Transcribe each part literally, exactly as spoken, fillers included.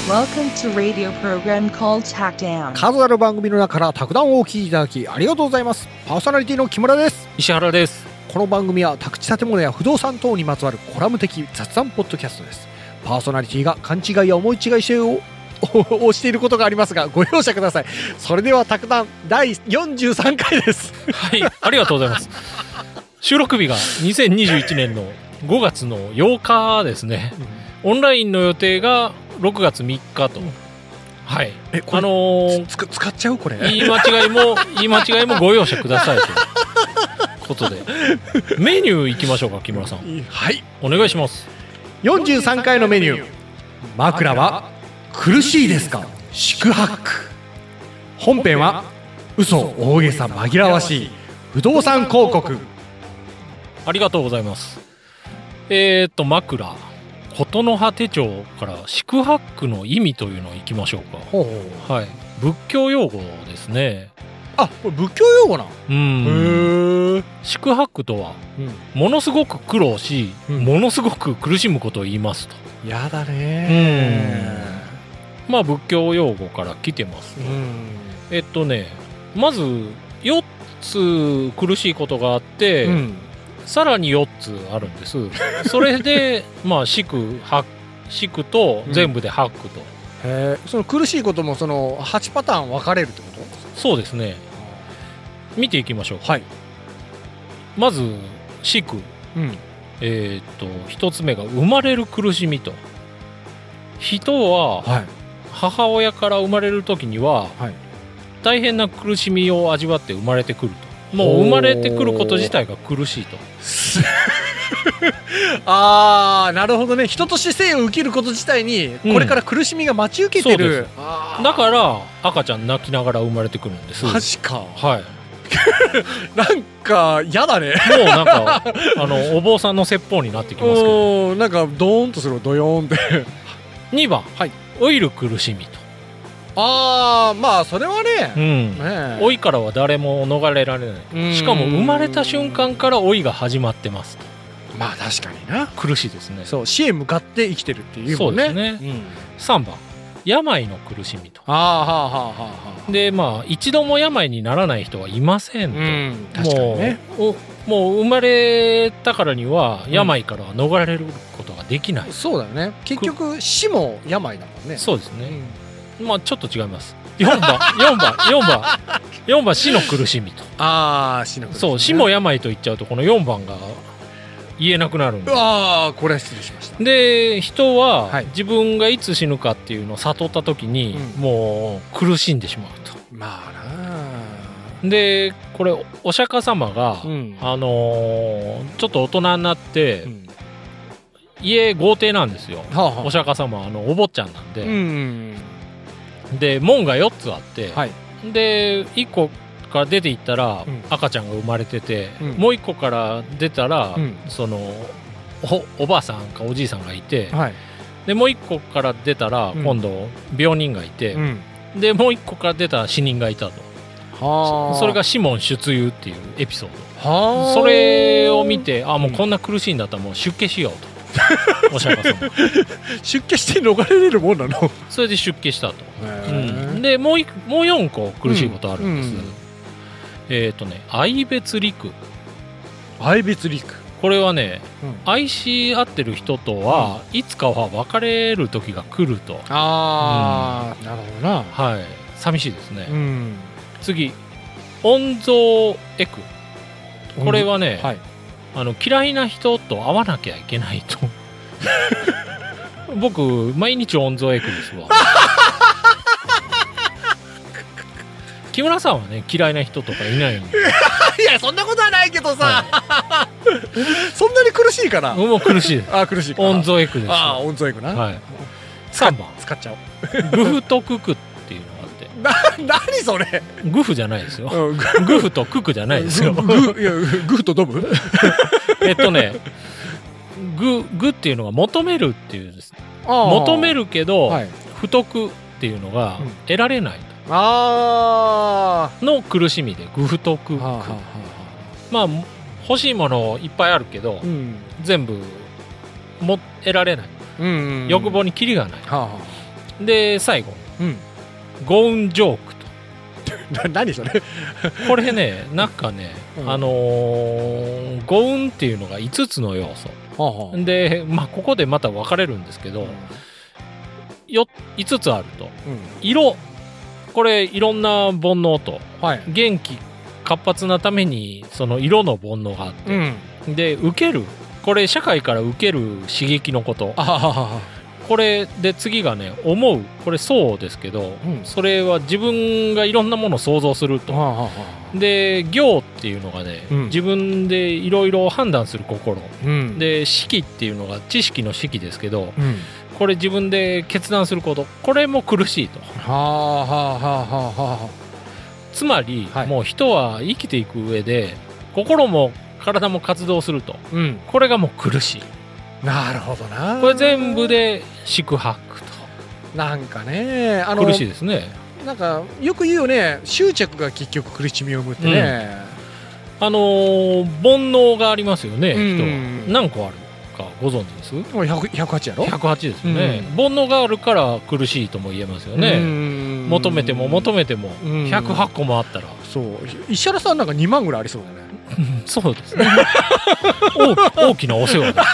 Welcome to radio program called Tackdown. 数ある番組の中から卓談をお聞きいただきありがとうございます。パーソナリティの木村です。 石原です。 この番組は宅地建物や不動産等にまつわるコラム的雑談ポッドキャストです。パーソナリティが勘違いや思い違いしてををしていることがありますがご容赦ください。それでは卓談だいよんじゅうさんかいです。 はい、ありがとうございます。収録日がにせんにじゅういちねんのごがつのようかですね、うん、オンラインの予定がろくがつみっかと、うん、はい、 えこれ、 あのー、 つ使っちゃうこれ言い間違いも言い間違いもご容赦くださいということでメニューいきましょうか。木村さん、 はい、 お願いします。 よんじゅうさんかいのメニュー、枕は苦しいですか宿泊。本編は嘘大げさ紛らわしい不動産広告。 ありがとうございます。えーっと枕琴の葉手帳から宿泊の意味というのをいきましょうか。 ほうほう、 はい、仏教用語ですね。 あ、これ仏教用語なん。 うん。 へー。 宿泊とは、うん、ものすごく苦労し、うん、ものすごく苦しむことを言いますと。 やだねー。まあ仏教用語から来てますと。えっとね、まずよっつ苦しいことがあって、うん、さらによっつあるんです。それでまあ宿泊宿と全部で泊と、 うん、へえ。その苦しいこともそのはちパターン分かれるってこと？ そうですね。見ていきましょう。 はい。 まず宿、うん、えー、っとひとつめが生まれる苦しみと。人は母親から生まれる時には、はい、大変な苦しみを味わって生まれてくると。もう生まれてくること自体が苦しいと。 あー、なるほどね。人として生を受けること自体にこれから苦しみが待ち受けてる、うん、 あだから赤ちゃん泣きながら生まれてくるんです。 マジか。 はい。 なんかやだね。 もうなんかあのお坊さんの説法になってきますけど、 なんかドーンとするドヨーンってにばん、はい、老いる苦しみと。 あー、まあそれはね、うん、 ね、老いからは誰も逃れられない。しかも生まれた瞬間から老いが始まってますと。 まあ確かにな、 苦しいですね。 そう、死へ向かって生きてるっていうもんね。 そうですね、うん、さんばん病の苦しみと。 あー、はあはあはあ。 でまあ一度も病にならない人はいませんと、うん、 確かにね。 もう、もう生まれたからには病からは逃れることができない、うん、 そうだよね。結局死も病だもんね。 そうですね、うん、まあちょっと違います。よんばんよんばんよんばんよんばん死の苦しみと。 ああ、死の苦しみ、ね、 そう、死も病と言っちゃうとこのよんばんが言えなくなるんで。 ああ、これは失礼しました。 で人は自分がいつ死ぬかっていうのを悟った時に、うん、もう苦しんでしまうと。 まあな。 でこれお釈迦様が、うん、あのー、ちょっと大人になって、うん、家豪邸なんですよ、はあはあ、お釈迦様はあのお坊ちゃんなんで、うんうんうん、で門がよっつあって、はい、でいっこから出ていったら、うん、赤ちゃんが生まれてて、うん、もういっこから出たら、うん、その お, おばあさんかおじいさんがいて、はい、でもういっこから出たら、うん、今度病人がいて、うん、でもういっこから出たら死人がいたと。はそれがシモン出遊っていうエピソード。はそれを見て、あもうこんな苦しいんだったらもう出家しようと、お釈迦様出家して逃れれるもんなの？ それで出家したと、うん、でもうもうよんこ苦しいことあるんです、うんうん、えっ、ー、とね愛別離苦。 愛別離苦、 これはね、うん、愛し合ってる人とは、うん、いつかは別れる時が来ると。 ああ、うん、なるほどな。 はい、寂しいですね、うん、次温蔵エク。これはね、はい、あの嫌いな人と会わなきゃいけないと僕毎日温蔵エクですわ木村さんはね嫌いな人とかいないんでいやそんなことはないけどさ、はい、そんなに苦しいかな。 もう苦しいです。 あ苦しいか。 温蔵エクです。 あ温蔵エクな、はい、 さんばん使っちゃおうグフとククっていうのがあってな何それ。 グフじゃないですよ、うん、グフとククじゃないですよ。 グいやグフとドブえっとねググっていうのが求めるっていうです、求めるけど、はい、不得っていうのが得られない、うん、あの苦しみでグフとクク、はあはあはあ、まあ欲しいものいっぱいあるけど、うん、全部も得られない、うんうんうん、欲望にキリがない、はあはあ、 で最後、 うん、 ゴーンジョークと何それこれねなんかね、うん、あのー、ゴーンっていうのがいつつの要素、はあはあ、で、まあ、ここでまた分かれるんですけど、うん、よいつつあると、うん、色これいろんな煩悩と、はい、元気活発なためにその色の煩悩があって、うん、で受けるこれ社会から受ける刺激のこと、あはははこれで次がね思うこれそうですけど、うん、それは自分がいろんなものを想像すると、はははで行っていうのがね、うん、自分でいろいろ判断する心、うん、で識っていうのが知識の識ですけど、うん、これ自分で決断することこれも苦しいと、はあはあはあはあ、つまり、はい、もう人は生きていく上で心も体も活動すると、うん、これがもう苦しい。 なるほどな。 これ全部で四苦八苦と。 なんかね、あの苦しいですね。 なんかよく言うよね、執着が結局苦しみを生むってね、 うん、あのー、煩悩がありますよね、うん、人は何個あるかご存知です？ ひゃく、ひゃくはちやろ？ ひゃくはちですよね、うん、煩悩があるから苦しいとも言えますよね、うん、求めても求めてもひゃくはちこもあったら、 そう石原さんなんかにまんぐらいありそうだねそうですね大, 大きなお世話だ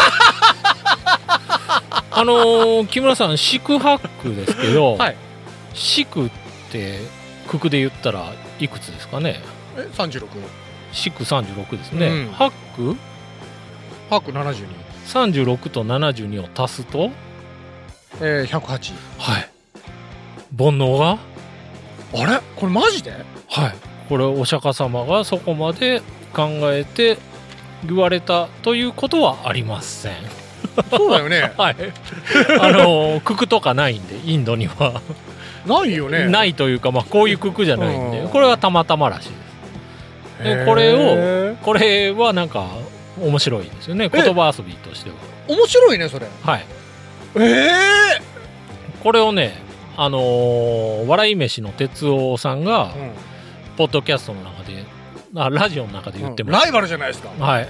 あのー、木村さん四苦八苦ですけど、はい、四苦って九苦で言ったらいくつですかね？ えさんじゅうろく。 四苦さんじゅうろくですね、うん、八苦八苦ななじゅうに。 さんじゅうろくとななじゅうにを足すと、 えー、ひゃくはち。 はい。煩悩があれこれマジで？ はい。これお釈迦様がそこまで考えて言われたということはありません。 そうだよね。 はい。あの九苦とかないんでインドにはないよね。 ないというかまあこういう九苦じゃないんで、これはたまたまらしいです。でこれをこれはなんか面白いですよね、言葉遊びとしては。 面白いねそれ。 はい。 ええー、これをね、あのー、笑い飯の哲夫さんが、うん、ポッドキャストの中であラジオの中で言ってます、 うん、ライバルじゃないですか。 はい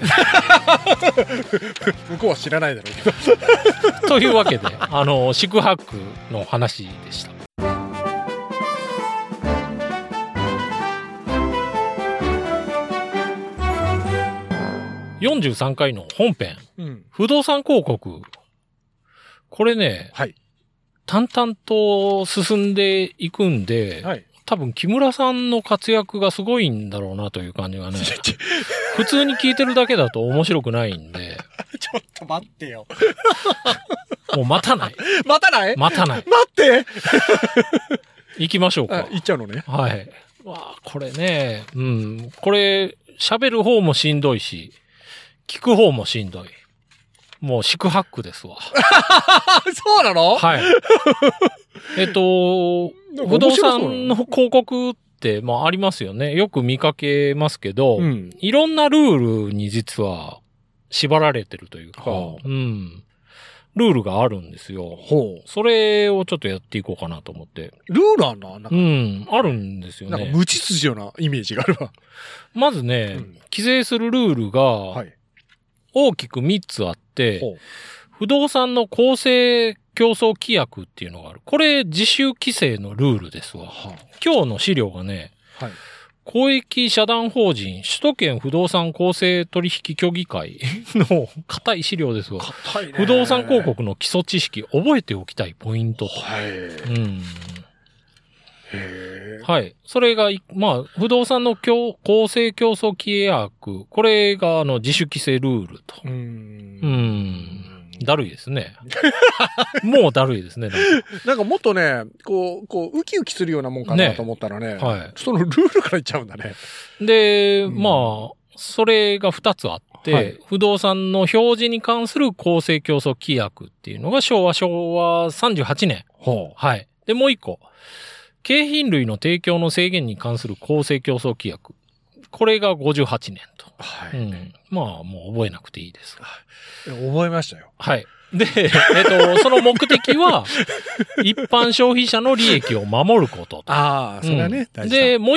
向こうは知らないだろうけどというわけで、あのー、四苦八苦の話でした。よんじゅうさんかいの本編、うん、不動産広告。これね、はい、淡々と進んでいくんで、はい、多分木村さんの活躍がすごいんだろうなという感じがね。普通に聞いてるだけだと面白くないんで。 ちょっと待ってよ。 もう待たない。 待たない待たない。 待って行きましょうか。 行っちゃうのね。 はい。わあ、これね、うん。これ、喋る方もしんどいし、聞く方もしんどい。もう四苦八苦ですわ。 そうなの？ はい。えっと、不動産の広告って、まあありますよね。よく見かけますけど、うん、いろんなルールに実は縛られてるというか、はあ、うん。ルールがあるんですよ。ほう。それをちょっとやっていこうかなと思って。 ルールあんの？なんか、 うん、あるんですよね。 なんか無秩序なイメージがあるわ。 まずね、うん、規制するルールが、はい、大きくみっつあって、不動産の公正競争規約っていうのがある。これ自主規制のルールですわ。はあ、今日の資料がね、はい、公益社団法人首都圏不動産公正取引協議会の固い資料ですわ。 固いね。 不動産広告の基礎知識覚えておきたいポイントと。はい。うん。 へはい。それが、まあ、不動産の公正競争規約。これが、あの、自主規制ルールと。うーん。うーん。だるいですね。もうだるいですね。 なんか、なんかもっとね、こう、こう、ウキウキするようなもんかなと思ったらね。ねはい。そのルールからいっちゃうんだね。 で、うん、まあ、それがふたつあって、はい、不動産の表示に関する公正競争規約っていうのが昭和、昭和さんじゅうはちねん。ほう。はい。で、もう一個。景品類の提供の制限に関する公正競争規約。これがごじゅうはちねんと。はい。うん。まあ、もう覚えなくていいです。 覚えましたよ。 はい。で、えっと、その目的は、一般消費者の利益を守ることと。 ああ、それはね、 うん、大事だ。で、もう一個。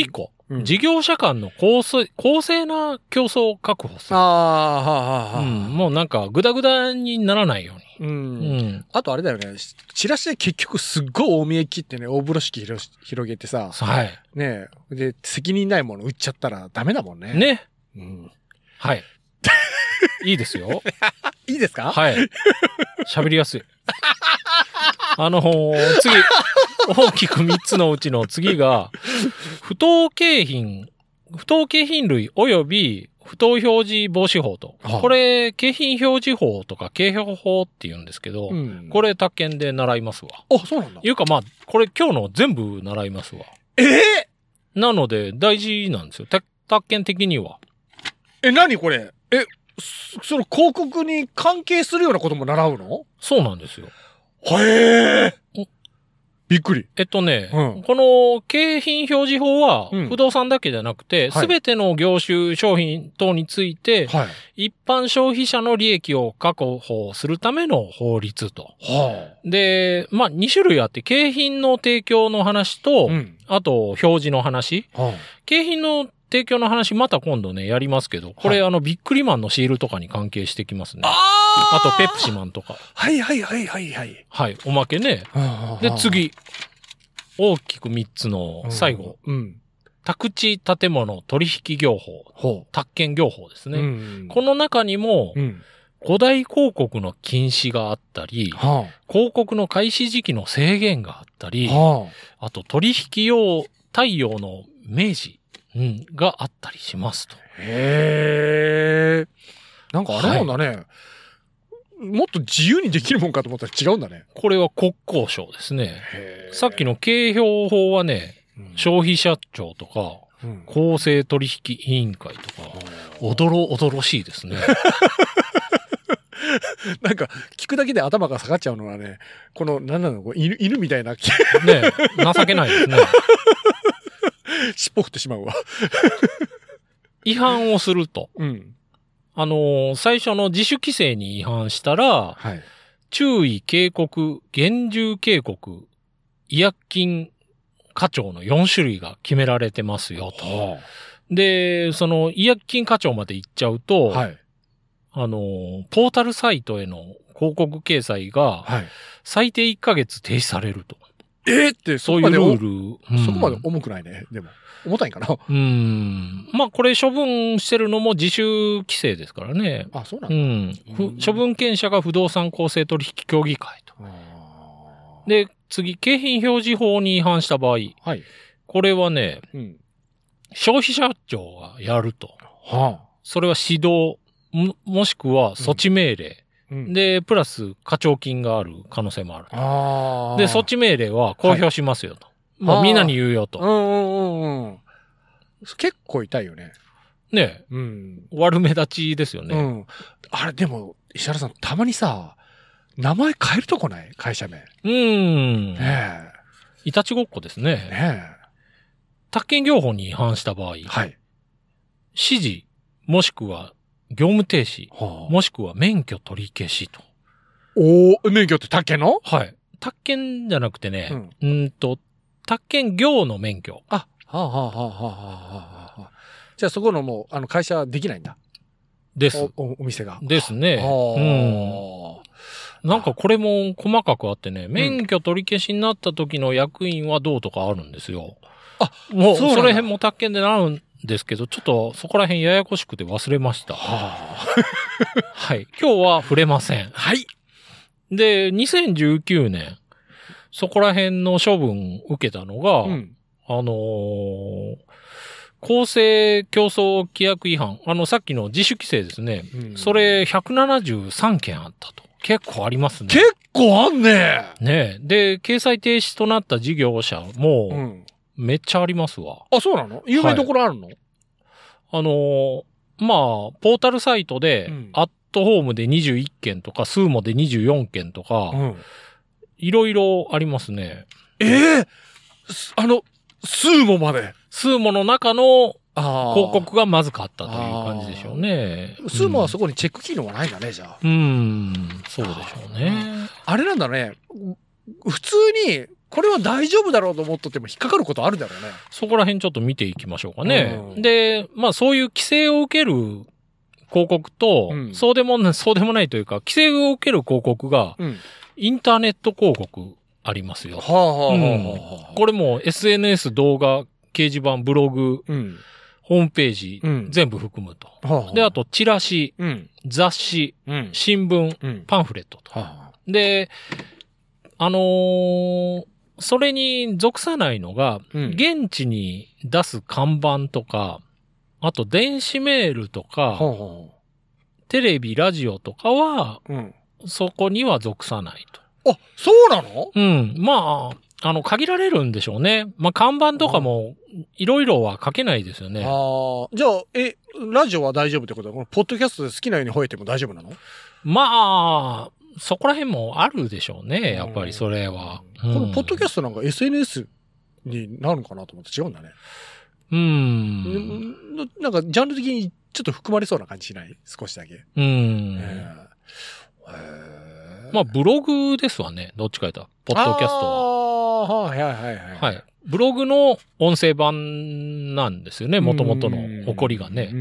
うん、事業者間の公正、公正な競争を確保する。 ああ、はあ、はあ、うん。 もうなんか、ぐだぐだにならないように。 うん。うん、あとあれだよね。チラシで結局すっごい大見え切ってね、大風呂敷広げてさ。 はい。 ねえ。で、責任ないもの売っちゃったらダメだもんね。 ね。 うん。 はい。いいですよ。 いいですか？ はい。喋りやすい。あのー、次、大きくみっつのうちの次が、不当景品、不当景品類及び不当表示防止法と。はあ、これ、景品表示法とか景表法って言うんですけど、うん、これ、宅建で習いますわ。 あ、そうなんだ。 いうか、まあ、これ今日の全部習いますわ。 えー、 なので、大事なんですよ。宅建的には。 え、何これ？え、その広告に関係するようなことも習うの？ そうなんですよ。 へえ。びっくり。 えっとね、うん、この景品表示法は不動産だけじゃなくて、すべ、うん、ての業種商品等について、はい、一般消費者の利益を確保するための法律と。はあ、で、まあ、に種類あって、景品の提供の話と、うん、あと表示の話。はあ、景品の提供の話また今度ね、やりますけど、これ、はい、あの、ビックリマンのシールとかに関係してきますね。ああと、ペプシマンとか。 はいはいはいはいはい。 はい、おまけね。で、次。大きくみっつの最後。うん。宅地建物取引業法。宅建業法ですね。うん、この中にも、うん、古代広告の禁止があったり、はあ、広告の開始時期の制限があったり、はあ、あと取引用、対応の明示。うん、があったりしますと。 へー。なんかあれなんだね、はい。もっと自由にできるもんかと思ったら違うんだね。 これは国交省ですね。さっきの景表法はね、うん、消費者庁とか、うん、公正取引委員会とか、おどろおどろしいですね。 なんか、聞くだけで頭が下がっちゃうのはね、この、なんなの、こう犬、犬みたいな。ね情けないですね。 尻尾振ってしまうわ。 違反をすると。うん。あのー、最初の自主規制に違反したら、はい、注意、警告、厳重警告、違約金、課徴のよん種類が決められてますよと。はあ、で、その違約金課徴まで行っちゃうと、はい、あのー、ポータルサイトへの広告掲載が、最低いっかげつ停止されると。 えー、ってそういうルール、 うん、そこまで重くないね。でも重たいんかな。 うん。まあこれ処分してるのも自主規制ですからね。 あ、そうなんだ。うん。 うん、処分権者が不動産公正取引協議会と。で次景品表示法に違反した場合、はい、これはね、うん、消費者庁がやると。はあ、それは指導 も, もしくは措置命令。うんうん、で、プラス、課徴金がある可能性もあると。あで、措置命令は公表しますよと。はい、もうみんなに言うよと。うんうんうんうん。 結構痛いよね。 ねえ。うん。悪目立ちですよね。うん。 あれ、でも、石原さん、たまにさ、名前変えるとこない？会社名。 うん。ねえ。いたちごっこですね。ねえ。宅建業法に違反した場合。はい。指示、もしくは、業務停止、はあ、もしくは免許取り消しと。 おー、免許って宅建の？ はい。宅建じゃなくてね、うん、うんと、宅建業の免許。 あ、はあ、はあ、はあ、はあ、はあ。じゃあそこのもう、あの、会社はできないんだ。 です。 お、お店が。 ですね。うん。なんかこれも細かくあってね、免許取り消しになった時の役員はどうとかあるんですよ。あ、もう、それ辺も宅建でなるんですけど、ちょっとそこら辺ややこしくて忘れました。はあ、はい。今日は触れません。 はい。 で、にせんじゅうきゅうねん、そこら辺の処分受けたのが、うん、あのー、公正競争規約違反。あの、さっきの自主規制ですね。うん、それひゃくななじゅうさんけんあったと。結構ありますね。 結構あんね。 ねえ。で、掲載停止となった事業者も、うんめっちゃありますわ。 あ、そうなの？有名どころあるの？はい、 あのー、まあ、ポータルサイトで、うん、アットホームでにじゅういっけんとか、スーモでにじゅうよんけんとか、うん、いろいろありますね。 ええー、あの、スーモまで。 スーモの中の広告がまずかったという感じでしょうね。 スーモはそこにチェック機能はないんだね、じゃあ。 うん、そうでしょうね。 あれなんだね。普通にこれは大丈夫だろうと思っとっても引っかかることあるだろうね。 そこら辺ちょっと見ていきましょうかね。うん、で、まあそういう規制を受ける広告と、うん、そうでもない、そうでもないというか、規制を受ける広告が、うん、インターネット広告ありますよ。はあはあはあはあ、これも エスエヌエス、動画、掲示板、ブログ、うん、ホームページ、うん、全部含むと。はあはあ、で、あと、チラシ、うん、雑誌、うん、新聞、うん、パンフレットと。はあ、で、あのー、それに属さないのが、うん、現地に出す看板とか、あと電子メールとか、はあはあ、テレビ、ラジオとかは、うん、そこには属さないと。あ、そうなの？ うん。まあ、あの、限られるんでしょうね。まあ、看板とかも、いろいろは書けないですよね。 ああ。じゃあ、え、ラジオは大丈夫ってことだ？このポッドキャストで好きなように吠えても大丈夫なの？ まあ、そこら辺もあるでしょうね。やっぱりそれは。 うん、このポッドキャストなんか エスエヌエス になるのかなと思って違うんだね。 うん。 なんか、ジャンル的にちょっと含まれそうな感じしない？少しだけ。うん。えーえー、まあ、ブログですわね。どっちか言ったら。ポッドキャストは。 ああ、はいはいはい。 はい。ブログの音声版なんですよね。元々の起こりがね。うん。うん、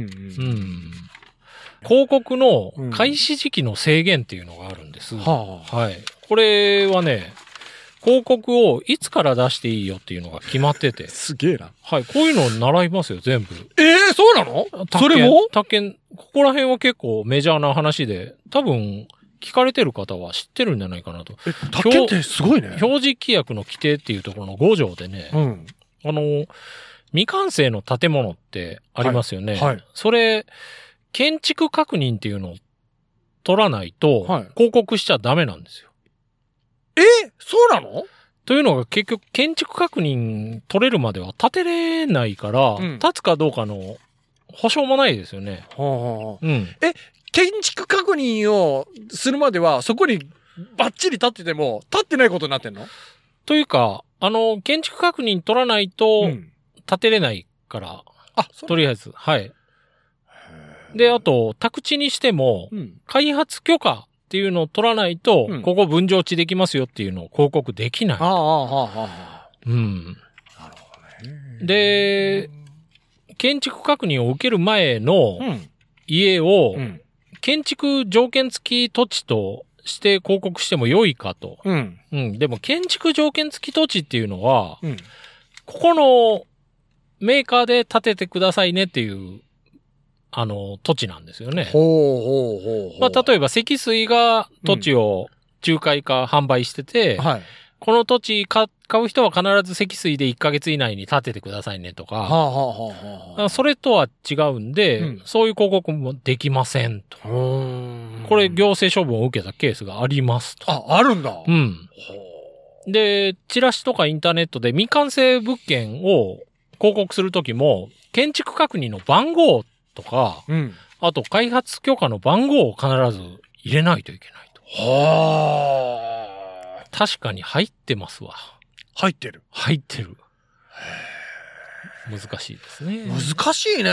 広告の開始時期の制限っていうのがあるんです。うん、はあ、はい。これはね、広告をいつから出していいよっていうのが決まってて。 すげえな。 はい。こういうのを習いますよ、全部。 ええー、そうなの？それも？ 宅建、ここら辺は結構メジャーな話で、多分、聞かれてる方は知ってるんじゃないかなと。 え、宅建ってすごいね。 表示規約の規定っていうところのご条でね、うん、あの、未完成の建物ってありますよね。はい。はい、それ、建築確認っていうのを取らないと、広告しちゃダメなんですよ。 はい、え？そうなの？ というのが結局建築確認取れるまでは建てれないから、うん、建つかどうかの保証もないですよね。はあはあ、うん。 え、建築確認をするまではそこにバッチリ立ってても立ってないことになってんの？ というか、あの、建築確認取らないと建てれないから、うん、あ、とりあえず、はい。で、あと、宅地にしても、うん、開発許可っていうのを取らないと、うん、ここ分譲地できますよっていうのを広告できない。ああ、ああ、ああ。うん。なるほどね。で、建築確認を受ける前の家を、うん、建築条件付き土地として広告しても良いかと。うん。うん。でも、建築条件付き土地っていうのは、うん、ここのメーカーで建ててくださいねっていう、あの、土地なんですよね。ほうほうほうほう。まあ、例えば積水が土地を仲介か販売してて、うん、はい。この土地買う人は必ず積水でいっかげつ以内に建ててくださいねとか、はあはあはあ、それとは違うんで、うん、そういう広告もできませんと。これ行政処分を受けたケースがありますと。 あ、あるんだ。うん。 で、チラシとかインターネットで未完成物件を広告するときも、建築確認の番号とか、うん、あと開発許可の番号を必ず入れないといけないと。はあ。確かに入ってますわ。 入ってる。 入ってる。難しいですね。 難しいね。うん。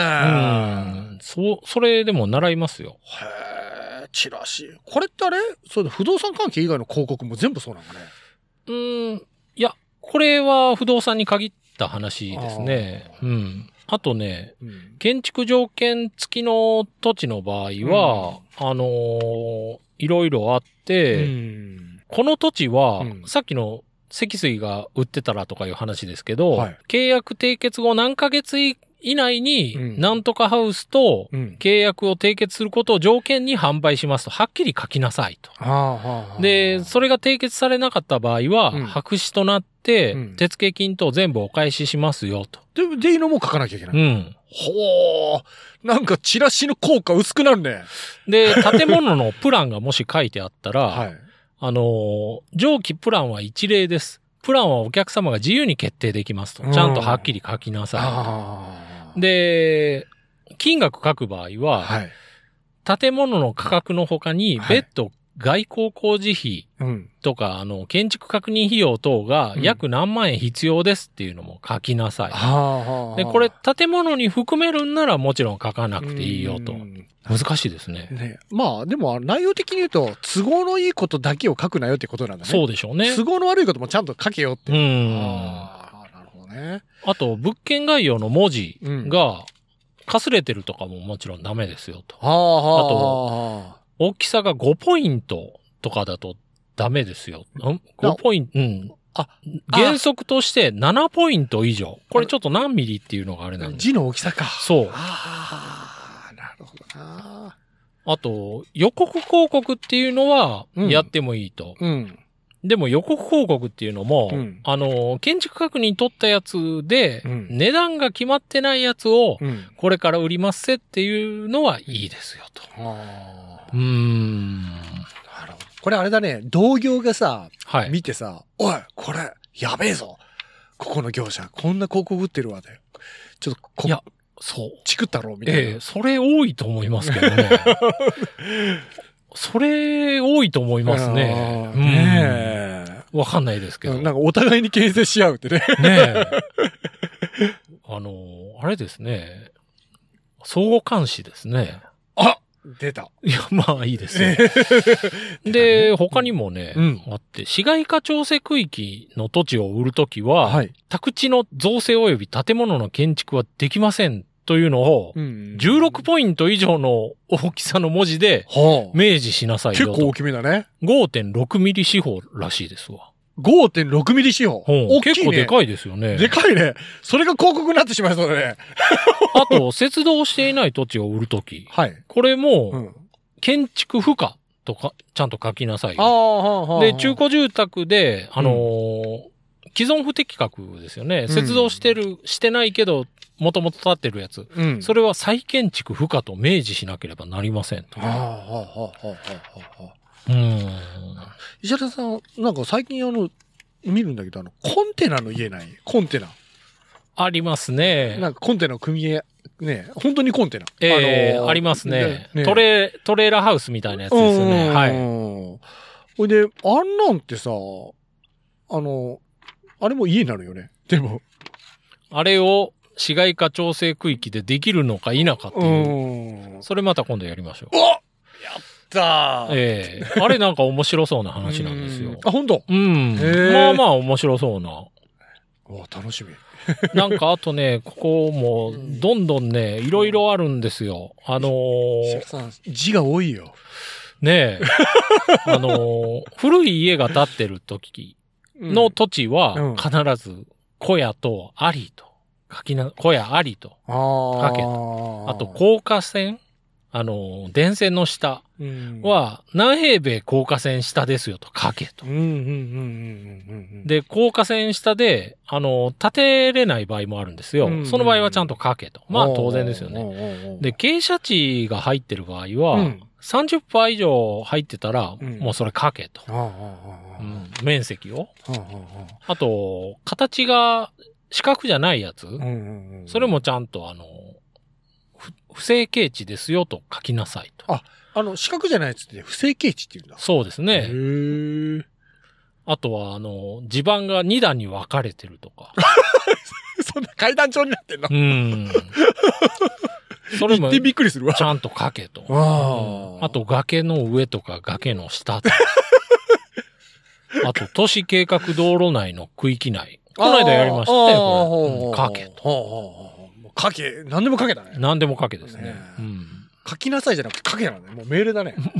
そう、それでも習いますよ。 へえ、チラシ。これってあれ？そうだ、不動産関係以外の広告も全部そうなのかね。 うーん。いや、これは不動産に限った話ですね。うん。あとね、うん、建築条件付きの土地の場合は、うん、あのー、いろいろあって、うん、この土地は、うん、さっきの積水が売ってたらとかいう話ですけど、はい、契約締結後何ヶ月以内に、なんとかハウスと契約を締結することを条件に販売しますと、はっきり書きなさいと。うん、で、それが締結されなかった場合は、うん、白紙となって、うん、手付金等全部お返ししますよと。 で、で、いうのも書かなきゃいけない。うん。ほー。なんかチラシの効果薄くなるね。 で、建物のプランがもし書いてあったら、はい、あの、上記プランは一例です。プランはお客様が自由に決定できますと。ちゃんとはっきり書きなさい。で、金額書く場合は、はい、建物の価格の他に別途外交工事費とか、うん、あの、建築確認費用等が約何万円必要ですっていうのも書きなさい。うん、で、これ建物に含めるんならもちろん書かなくていいよと。難しいですね。 ね。まあ、でも内容的に言うと、都合のいいことだけを書くなよってことなんだね。 そうでしょうね。 都合の悪いこともちゃんと書けよって。 うん。 ああ、なるほどね。 あと、物件概要の文字が、かすれてるとかももちろんダメですよと。 はあ、はあ、 あと、大きさがごポイントとかだとダメですよ。ん ?ご ポイント、うん。あ、原則としてななポイント以上。これちょっと何ミリっていうのがあれなんで。 字の大きさか。 そう。 ああ、なるほどな。 あと、予告広告っていうのはやってもいいと。 うん。うんでも予告広告っていうのも、うん、あの、建築確認取ったやつで、うん、値段が決まってないやつを、これから売りますせっていうのはいいですよと。うん、うーん。 なるほど。これあれだね、同業がさ、 はい、 見てさ、おい、これ、やべえぞ。ここの業者、こんな広告売ってるわで。ちょっとこ、 いや、そう。 チクったろみたいな。ええ、それ多いと思いますけどね。それ多いと思いますね。ねえ。わかんないですけど。 なんかお互いに牽制し合うってね。 ねえ。あの、あれですね。相互監視ですね。 あ出た。 いや、まあいいですよ。で、他にもね、うん、あって、市街化調整区域の土地を売るときは、はい、宅地の造成及び建物の建築はできません。というのを、じゅうろくポイント以上の大きさの文字で、明示しなさいよと。 結構大きめだね。 ごてんろくミリ四方らしいですわ。 ごてんろくミリ四方、 うん、大きいね。結構でかいですよね。 でかいね。それが広告になってしまいそうだね。 あと、接道していない土地を売るとき。はい。これも、うん、建築不可とか、ちゃんと書きなさいよ。ああ、はあ、で、中古住宅で、あのーうん既存不適格ですよね。接道してる、うん、してないけど、もともと建ってるやつ、うん。それは再建築不可と明示しなければなりませんと。はあ、はあ、はあ、はあ、はあ。うん。 石原さん、なんか最近あの、見るんだけど、あの、コンテナの家ないコンテナ。 ありますね。 なんかコンテナを組み合ね、本当にコンテナ。 ええー、あのー、ありますね、ね。トレ、トレーラーハウスみたいなやつですよね。はい。 ほいで、あんなんってさ、あの、あれも家になるよね。でも。 あれを市街化調整区域でできるのか否かっていう。それまた今度やりましょう。 おやったー。 ええー、あれなんか面白そうな話なんですよ。 あ、本当？ うん。まあまあ面白そうな。 お楽しみ。 なんかあとね、ここもどんどんね、いろいろあるんですよ。あのー、 さん字が多いよ。 ねえ。あのー、古い家が建ってる時の土地は必ず小屋とありと書きな、小屋ありと書けと。あと高架線、あの、電線の下は何平米高架線下ですよと書けと。で、高架線下で、あの、建てれない場合もあるんですよ。その場合はちゃんと書けと。まあ当然ですよね。で、傾斜地が入ってる場合は、うんさんじゅっパーセント以上入ってたら、うん、もうそれ書けと。うん、面積を。あと、形が四角じゃないやつ。それもちゃんとあの、不正形地ですよと書きなさいと。 あ、あの、四角じゃないやつって不正形地って言うんだ。 そうですね。 へー。 あとはあの、地盤がに段に分かれてるとか。 そんな階段状になってんの？ うん。それも、 びっくりするわ。 ちゃんと書けと。 あ, うん、あと、崖の上とか崖の下と。あと、都市計画道路内の区域内。この間やりましたね、これ。書けと。 書け、何でも書けだね。 何でも書けですね。うん、 書きなさいじゃなくて書けなのね。もう命令だね。 うん、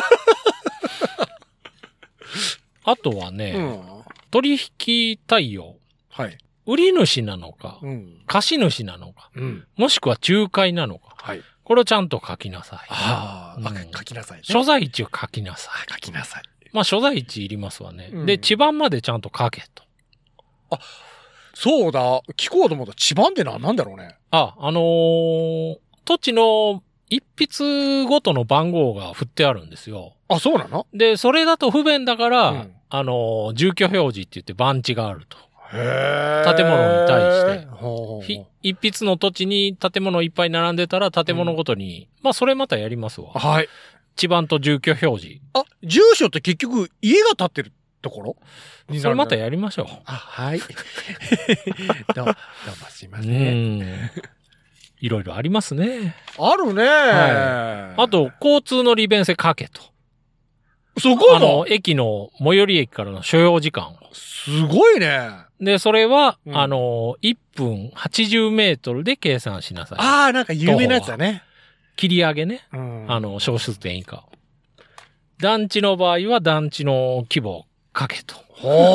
あとはね、うん、取引対応。 はい。 売り主なのか、うん、貸主なのか、うん、もしくは仲介なのか、はい、これをちゃんと書きなさい。 ああ、うん、書きなさい、ね。 所在地を書きなさい。 書きなさい。 まあ所在地いりますわね。うん、で、地盤までちゃんと書けと。 あ、そうだ。聞こうと思った地盤って何なんだろうね。 あ、あのー、土地の一筆ごとの番号が振ってあるんですよ。 あ、そうなの？ で、それだと不便だから、うん、あのー、住居表示って言って番地があると。建物に対して。一筆の土地に建物いっぱい並んでたら建物ごとに、うん、まあそれまたやりますわ。 はい。 地番と住居表示。 あ、住所って結局家が建ってるところそれまたやりましょう。 あ、はい。どうどうもすいません。 いろいろありますね。 あるね、 はい。あと、交通の利便性かけと。 そこもあの、駅の、最寄り駅からの所要時間。 すごいね。 で、それは、 うん、 あの、いっぷんはちじゅうメートルで計算しなさい。 ああ、なんか有名なやつだね。 切り上げね。うん、あの、小出店以下。団地の場合は団地の規模をかけと。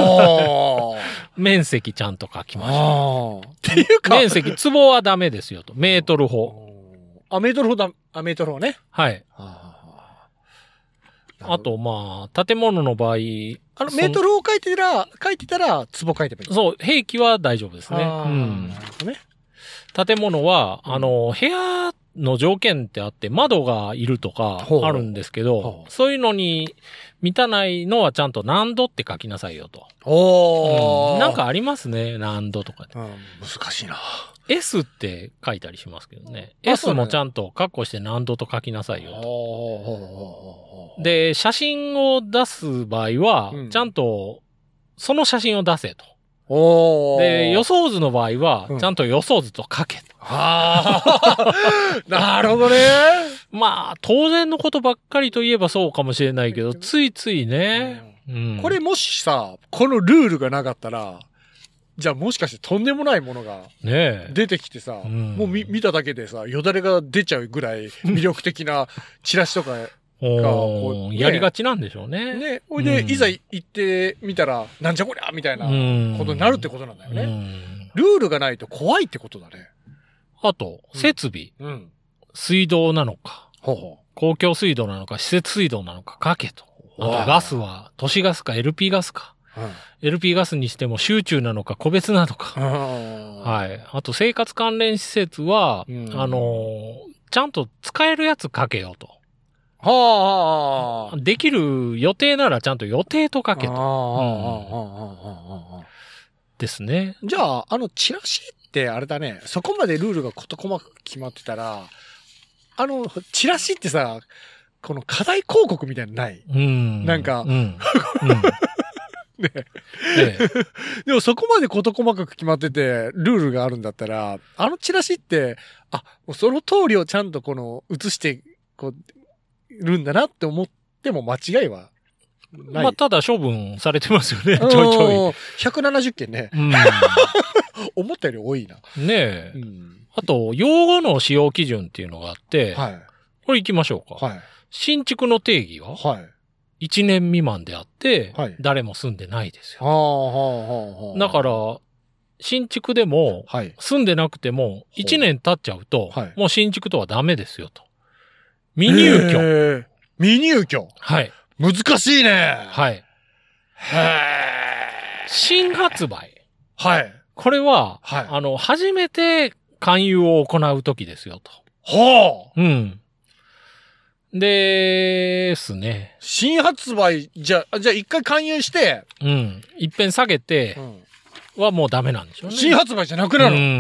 面積ちゃんと書きましょう。 っていうか。 面積、坪はダメですよと。メートル法。 あ、メートル法だ、あ、メートル法ね。 はい。あと、まあ、建物の場合。あの、 メートル法書いてたら、書いてたら、坪書いてもいい。 そう、兵器は大丈夫ですね。うん。ね。建物は、あの、部屋の条件ってあって、窓がいるとかあるんですけど、そういうのに満たないのはちゃんと何度って書きなさいよと。おー、うん。なんかありますね、何度とかで、 うん。難しいな。 S って書いたりしますけどね。S もちゃんと括弧して何度と書きなさいよと。で、写真を出す場合は、ちゃんとその写真を出せと。おで、予想図の場合は、ちゃんと予想図と書けと。 ああ、なるほどね。 まあ、当然のことばっかりといえばそうかもしれないけど、ついついね。 うん、これもしさ、このルールがなかったら、じゃあもしかしてとんでもないものが出てきてさ、ね、もう見見ただけでさ、よだれが出ちゃうぐらい魅力的なチラシとかがこう、ね、やりがちなんでしょうね。 ね。ほいで、うん、いざ行ってみたら、なんじゃこりゃみたいなことになるってことなんだよね。うん、ルールがないと怖いってことだね。 あと、設備。うん、水道なのか、ほうほう、公共水道なのか、施設水道なのか、かけと。あとガスは、都市ガスか エルピー ガスか。うん、エルピー ガスにしても集中なのか個別なのか。はい。あと生活関連施設は、うん、あのー、ちゃんと使えるやつかけようと。はあ。できる予定ならちゃんと予定とかけと。うん、ですね。 じゃあ、あの、チラシってあれだね、そこまでルールが事細かく決まってたら、あの、チラシってさ、この課題広告みたいなのない？うん。なんか、うん。うんねええ、でもそこまで事細かく決まってて、ルールがあるんだったら、あのチラシって、あ、もうその通りをちゃんとこの、映して、こう、るんだなって思っても間違いはない。 まあ、ただ処分されてますよね、ちょいちょい。 ひゃくななじゅっけんね。うん、思ったより多いな。 ねえ。うん、あと、用語の使用基準っていうのがあって、はい、これ行きましょうか。はい、新築の定義は、はい、いちねん未満であって、はい、誰も住んでないですよ。はあはあはあ、だから、新築でも、はい、住んでなくても、いちねん経っちゃうと、はい、もう新築とはダメですよと。未入居。 未入居。 はい。 難しいね。 はい。へー。新発売。 はい。 これは、はい、あの、初めて勧誘を行うときですよと。 はあ。 うん。ですね。 新発売、じゃあ、じゃあ一回勧誘して、 うん。一遍下げて、はもうダメなんでしょうね。 新発売じゃなくなる。うん。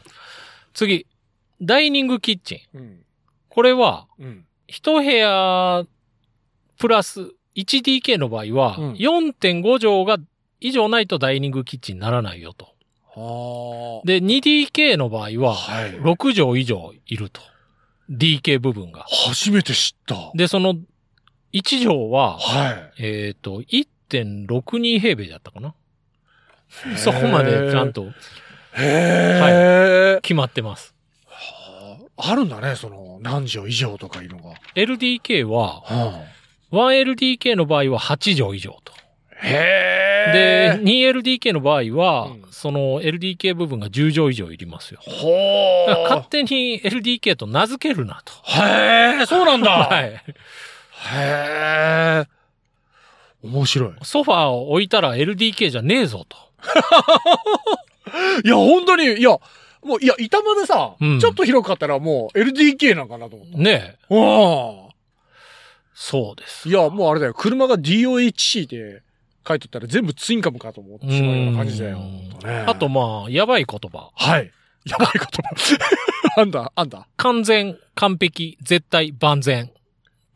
次、ダイニングキッチン。うん、これは、うん、一部屋、プラス いちディーケー の場合は、うん、よんてんご 畳が以上ないとダイニングキッチンにならないよと。はあ。で、にディーケー の場合は、ろく畳以上いると。ディーケー 部分が。 初めて知った。 で、その、いち畳は、はい、えっと、いってんろくに 平米だったかな。そこまでちゃんと、 へはい、決まってます。 はあ、あるんだね、その、何畳以上とかいうのが。 エルディーケー は、はあ、ワンエルディーケー の場合ははち畳以上と。へー。で、にエルディーケー の場合は、うん、その エルディーケー 部分がじゅう畳以上いりますよ。ほー。勝手に エルディーケー と名付けるなと。 へー、そうなんだ。 はい。 へー。面白い。 ソファーを置いたら エルディーケー じゃねえぞと。 いや、本当に、いや、もう、いや、板間でさ、うん、ちょっと広かったらもう エルディーケー なんかなと思った。 ねえ。 ああ。 そうです。 いや、もうあれだよ。車が ディーオーエイチシー で書いてったら全部ツインカムかと思ってしまうような感じだよ。 ね、あとまあ、やばい言葉。 はい。やばい言葉。あんだ、あんだ。 完全、完璧、絶対、万全と、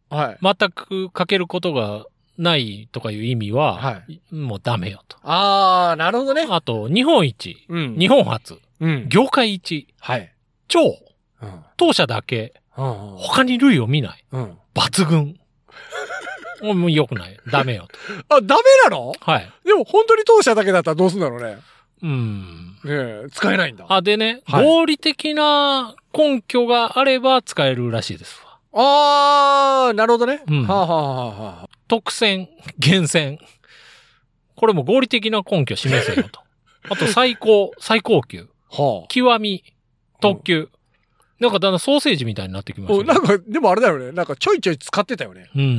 はい。 全くかけることがないとかいう意味は、 はい。 もうダメよと。 あー、なるほどね。 あと、日本一、 うん、 日本初、 うん、 業界一、 はい。 超、 うん、 当社だけ、 うん、 他に類を見ない。 うん、 抜群。もう良くない。ダメよと。あ、ダメなの？ はい。 でも本当に当社だけだったらどうすんだろうね。 うん。 ねえ、使えないんだ。 あ、でね、 はい、 合理的な根拠があれば使えるらしいですわ。 あー、なるほどね。 うん。 はあ、はあははあ、 特選、厳選。これも合理的な根拠示せよと。あと最高、最高級。 はあ、 極み、特級。うん、なんかだんだんソーセージみたいになってきましたね。 なんか、でもあれだよね。なんかちょいちょい使ってたよね。 うん。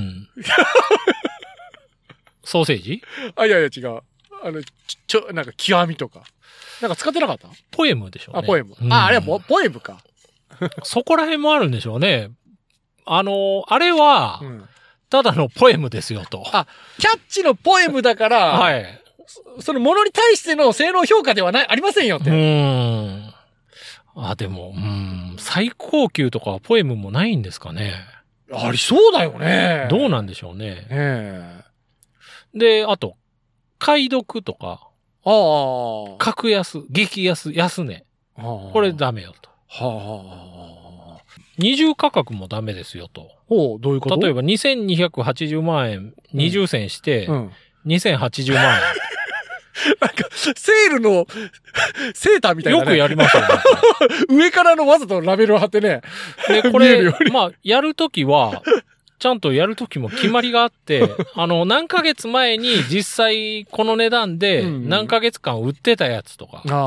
ソーセージ？ あ、いやいや違う。あの、ちょ、なんか極みとか。なんか使ってなかった？ ポエムでしょうね。 あ、ポエム。うん、あ、あれはポ、ポエムか。 そこら辺もあるんでしょうね。あの、あれは、うん、ただのポエムですよと。 あ、キャッチのポエムだから、 はい。 そ, そのものに対しての性能評価ではない、ありませんよって。 うーん。あ、でも、うん、最高級とかはポエムもないんですかね。 ありそうだよね。 どうなんでしょうね。 ねで、あと、解読とか、 ああ。 格安、激安、安値。これダメよと。 はあ。 二重価格もダメですよと。 ほう、どういうこと？ 例えばにせんにひゃくはちじゅうまんえん、二重銭して、うん、にせんはちじゅうまんえん。 なんか、セールの、セーターみたいな、ね。 よくやりますよね。 上からのわざとラベルを貼ってね。 で、これ、まあ、やるときは、ちゃんとやるときも決まりがあって、あの、何ヶ月前に実際この値段で何ヶ月間売ってたやつとか。 うん、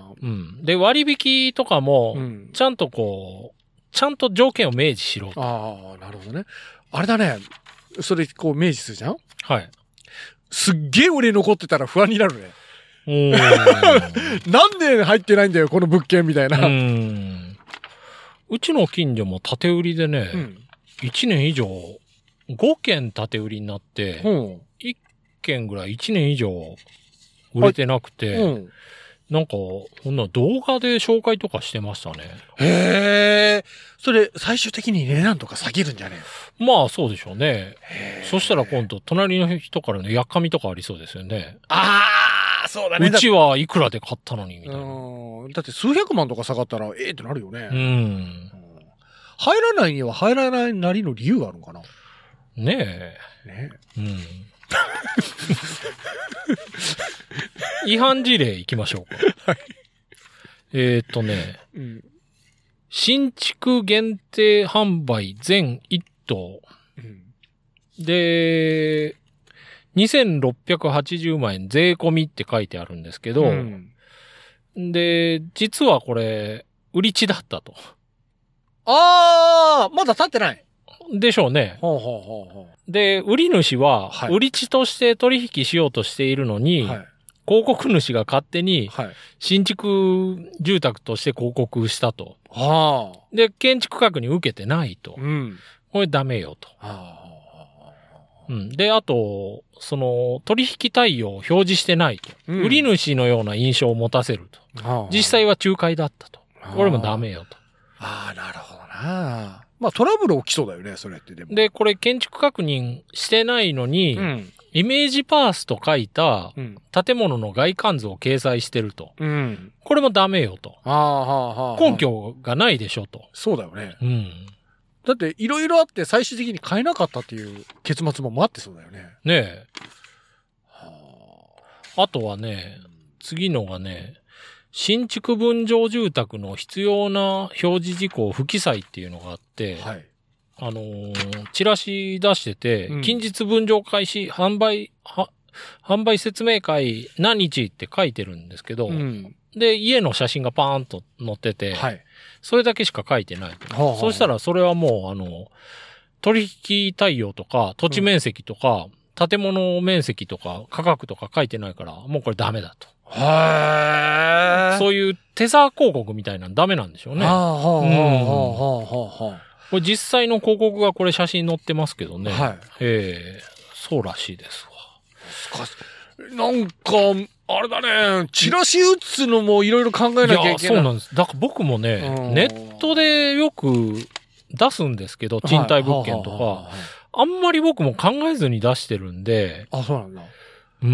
うん。で、割引とかも、ちゃんとこう、ちゃんと条件を明示しろと。 ああ、なるほどね。あれだね。それ、こう、明示するじゃん？ はい。 すっげえ売れ残ってたら不安になるね。 おー。 なんで入ってないんだよ、この物件みたいな。 うん。うちの近所も縦売りでね、うん、いちねん以上、ごけん縦売りになって、うん、いっけんぐらいいちねん以上売れてなくて、うん、なんか、こんな動画で紹介とかしてましたね。 へえ。それ、最終的に値段とか下げるんじゃねえ？まあ、そうでしょうね。そしたら今度、隣の人からのやっかみとかありそうですよね。 ああ、そうだね。 うちはいくらで買ったのに、みたいな。 だって数百万とか下がったら、ええー、ってなるよね。 うん。 入らないには入らないなりの理由があるのかな？ ねえ。ねえ。うん。違反事例いきましょうか。はい。えー、っとね、うん、新築限定販売全一棟、うん、で、にせんろっぴゃくはちじゅうまんえん税込みって書いてあるんですけど、うん、で、実はこれ、売り地だったと。 あー、まだ経ってない。 でしょうね。 ほうほうほうほう。で、売り主は、売り地として取引しようとしているのに、はい、広告主が勝手に、新築住宅として広告したと。 はあ、 で、建築確認受けてないと。 うん、 これダメよと。 はあうん、で、あと、その、取引対応を表示してないと。うん、売り主のような印象を持たせると。はあ、実際は仲介だったと。これもダメよと。 ああ、なるほどな。まあトラブル起きそうだよね、それってでも。 で、これ建築確認してないのに、うん、イメージパースと書いた建物の外観図を掲載してると。うん、これもダメよと。 はあはあはあ、 根拠がないでしょと。 そうだよね。 うん。 だっていろいろあって最終的に買えなかったっていう結末も待ってそうだよね。 ねえ。はあ、あとはね、次のがね、新築分譲住宅の必要な表示事項不記載っていうのがあって、はい、あのー、チラシ出してて、うん、近日分譲開始、販売、は、販売説明会何日って書いてるんですけど、うん、で、家の写真がパーンと載ってて、はい、それだけしか書いてないと。はあはあ、そうしたらそれはもう、あの、取引対応とか、土地面積とか、うん、建物面積とか、価格とか書いてないから、もうこれダメだと。 へー。 そういうテザー広告みたいなのダメなんでしょうね。 はあはあはあはあはあ。 これ実際の広告がこれ写真載ってますけどね。 はい。 ええー、そうらしいですわ。なんか、あれだね、チラシ打つのもいろいろ考えなきゃいけない。いや、 そうなんです。だから僕もね、ネットでよく出すんですけど、賃貸物件とか、あんまり僕も考えずに出してるんで。 あ、そうなんだ。 うん。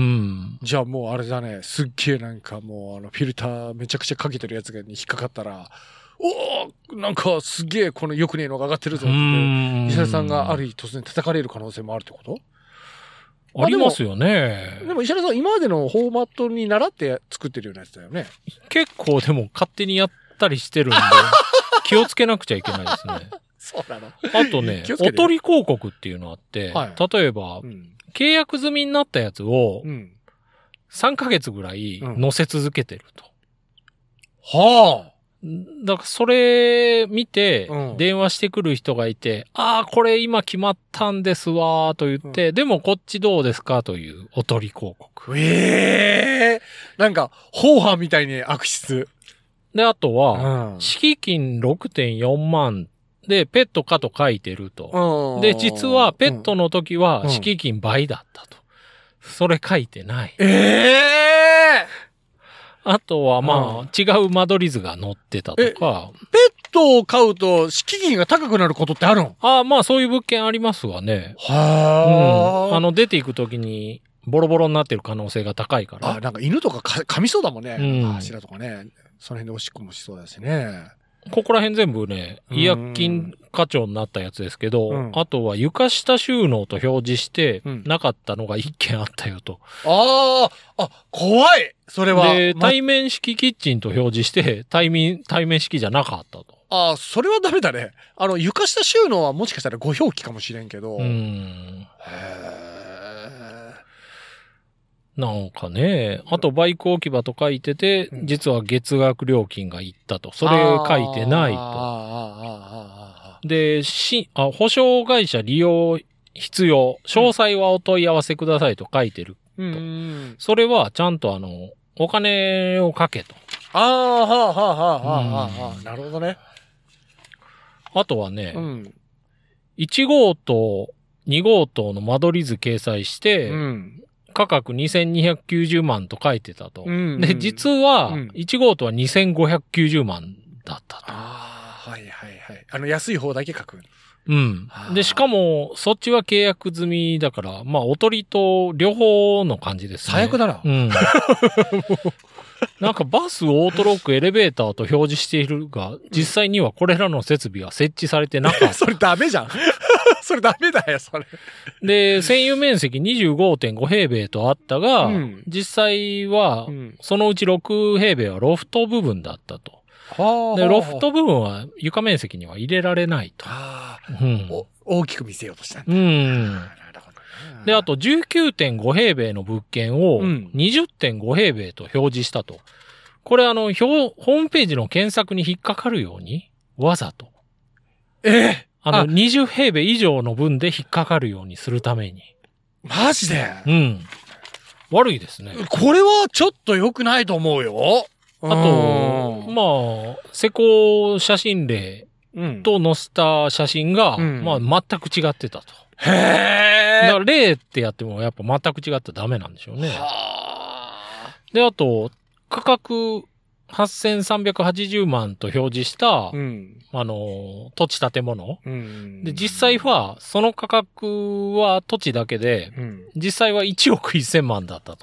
じゃあもうあれだね、すっげえなんかもうあのフィルターめちゃくちゃかけてるやつに引っかかったら、おおなんかすげえこの良くねえのが上がってるぞって、石原さんがある日突然叩かれる可能性もあるってこと？ ありますよね。 でも、でも石原さん今までのフォーマットに習って作ってるようなやつだよね。 結構でも勝手にやったりしてるんで、気をつけなくちゃいけないですね。 そうなの。 あとね、おとり広告っていうのあって、はい、例えば、うん、契約済みになったやつを、さんかげつぐらい載せ続けてると。 うん、はあ。 だからそれ見て電話してくる人がいて、うん、ああ、これ今決まったんですわーと言って、うん、でもこっちどうですかというおとり広告。 ええー、なんか、ホーハーみたいに悪質。 で、あとは、うん、敷金 ろくてんよん 万でペットかと書いてると。うん、で、実はペットの時は敷金倍だったと。それ書いてない。 ええーあとはまあ、うん、違う間取り図が載ってたとか。 ペットを飼うと敷金が高くなることってあるの？ ああ、まあそういう物件ありますわね。 はあ、 うん。あの、出ていくときにボロボロになってる可能性が高いから。 あ、なんか犬とか噛みそうだもんね。うん、柱とかね。その辺でおしっこもしそうだしね。 ここら辺全部ね、違約金課徴になったやつですけど、うん、あとは床下収納と表示して、うん、なかったのが一件あったよと。 ああ、あ、怖いそれは。 で、対面式キッチンと表示して、対面、対面式じゃなかったと。 ああ、それはダメだね。あの、床下収納はもしかしたらご表記かもしれんけど。 うん。へなんかね、あとバイク置き場と書いてて、うん、実は月額料金がいったと。それ書いてないと。で、し、あ、保証会社利用必要、詳細はお問い合わせくださいと書いてると。うん、それはちゃんとあの、お金をかけと。 ああ、はあ、はあ、はあ、はあ、はあ、なるほどね。 あとはね、うん、いち号棟、に号棟の間取り図掲載して、うん価格にせんにひゃくきゅうじゅうまんと書いてたと。うんうん、で、実は、いち号棟はにせんごひゃくきゅうじゅうまんだったと。 ああ、はいはいはい。あの、安い方だけ書く。 うん。で、しかも、そっちは契約済みだから、まあ、おとりと両方の感じですね。 最悪だな。 うん。なんかバス、オートロック、エレベーターと表示しているが、実際にはこれらの設備は設置されてなかった。 それダメじゃん。それダメだよ、それ。 で、占有面積 にじゅうごてんご 平米とあったが、うん、実際は、うん、そのうちろく平米はロフト部分だったと。はあ、で、ロフト部分は床面積には入れられないと。はあうん、大きく見せようとしたんだ。 うん。で、あと じゅうきゅうてんご 平米の物件を にじゅってんご 平米と表示したと。これあの、表、ホームページの検索に引っかかるように、わざと。 ええあの、あにじゅう平米以上の分で引っかかるようにするために。 マジでうん。悪いですね。 これはちょっと良くないと思うよ。 あと、まあ、施工写真例と載せた写真が、うん、まあ、全く違ってたと。 へえ。 だから例ってやってもやっぱ全く違ったらダメなんでしょうね。で、あと、価格はっせんさんびゃくはちじゅうまんと表示した、うん、あの、土地建物、うん、で、実際は、その価格は土地だけで、うん、実際はいちおくせんまんだったと。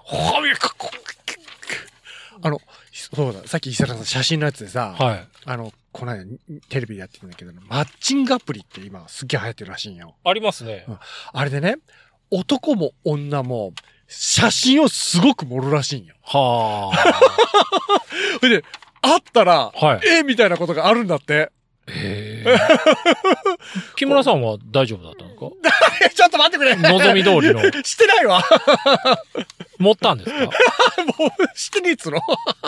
あの、そうだ、さっき石原さん写真のやつでさ、 はい、 あの、この間テレビでやってるんだけど、マッチングアプリって今すっげえ流行ってるらしいんよ。 ありますね。 うん、あれでね、男も女も写真をすごく盛るらしいんよ。 はあ。 で、会ったら、はい、えー、みたいなことがあるんだって。 へえ。木村さんは大丈夫だったんですか？ ちょっと待ってくれ。 望み通りの。 してないわ。 持ったんですか？もう、してねえっつの。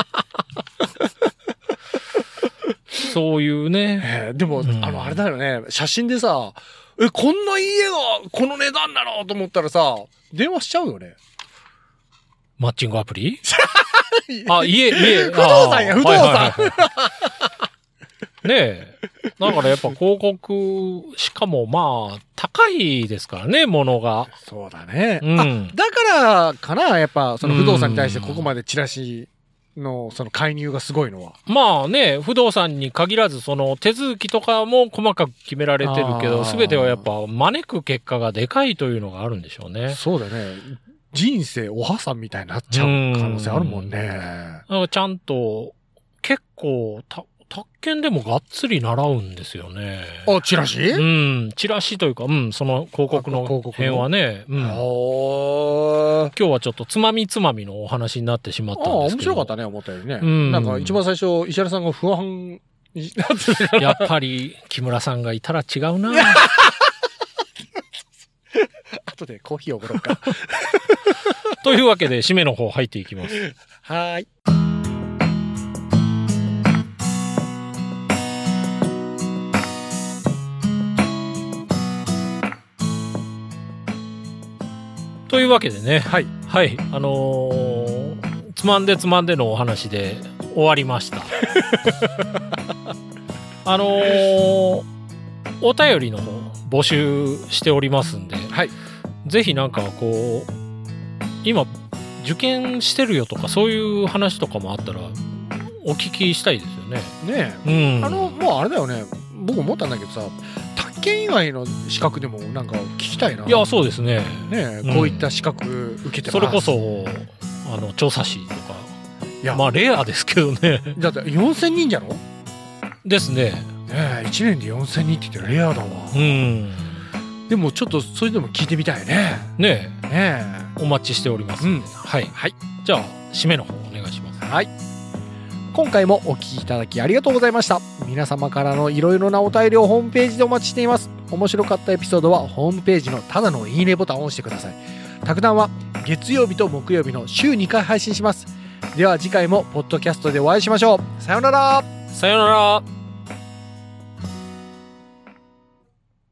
そういうね。 えー、でも、うん、あの、あれだよね。写真でさ、え、こんな家がこの値段なのと思ったらさ、電話しちゃうよね。 マッチングアプリあ、家、家。 不動産や、不動産。はいはいはいねえ。だからやっぱ広告、しかもまあ、高いですからね、物が。 そうだね。うん。あ、だからかな、やっぱ、その不動産に対してここまでチラシのその介入がすごいのは。 まあね、不動産に限らず、その手続きとかも細かく決められてるけど、すべてはやっぱ招く結果がでかいというのがあるんでしょうね。 そうだね。人生おはさんみたいになっちゃう可能性あるもんね。 んちゃんと、結構、た、宅建でもがっつり習うんですよね。 あ、チラシ？ うん、チラシというか、うん、その広告の辺はね、うん。今日はちょっとつまみつまみのお話になってしまったんですけど。ああ、 面白かったね、思ったよりね。うん。なんか一番最初、石原さんが不安やっぱり木村さんがいたら違うな。 後でコーヒーをおごろうか。 というわけで、締めの方入っていきます。 はい。 というわけでね、 はい。 はい、あのー、つまんでつまんでのお話で終わりました。あのー、お便りの方募集しておりますんで、 はい。 ぜひなんかこう、今、受験してるよとかそういう話とかもあったら、お聞きしたいですよね。 ねえ。うん。あの、もうあれだよね。僕思ったんだけどさ、宅建以外の資格でもなんか聞きたいな。 いや、そうですね。 ねえ、うん、こういった資格受けてます。 それこそ、あの、調査士とか。いや、まあ、レアですけどね。 だってよんせんにんじゃろ？ ですね。 ねえ、いちねんでよんせんにんって言ってレアだわ。 うん。 でもちょっとそれでも聞いてみたいね。 ねえ。ねえ。お待ちしております。うん。はい。 はい。 じゃあ、締めの方お願いします。 はい。今回もお聞きいただきありがとうございました。皆様からのいろいろなお便りをホームページでお待ちしています。面白かったエピソードはホームページのただのいいねボタンを押してください。卓談は月曜日と木曜日の週にかい配信します。では次回もポッドキャストでお会いしましょう。さようなら。 さようなら。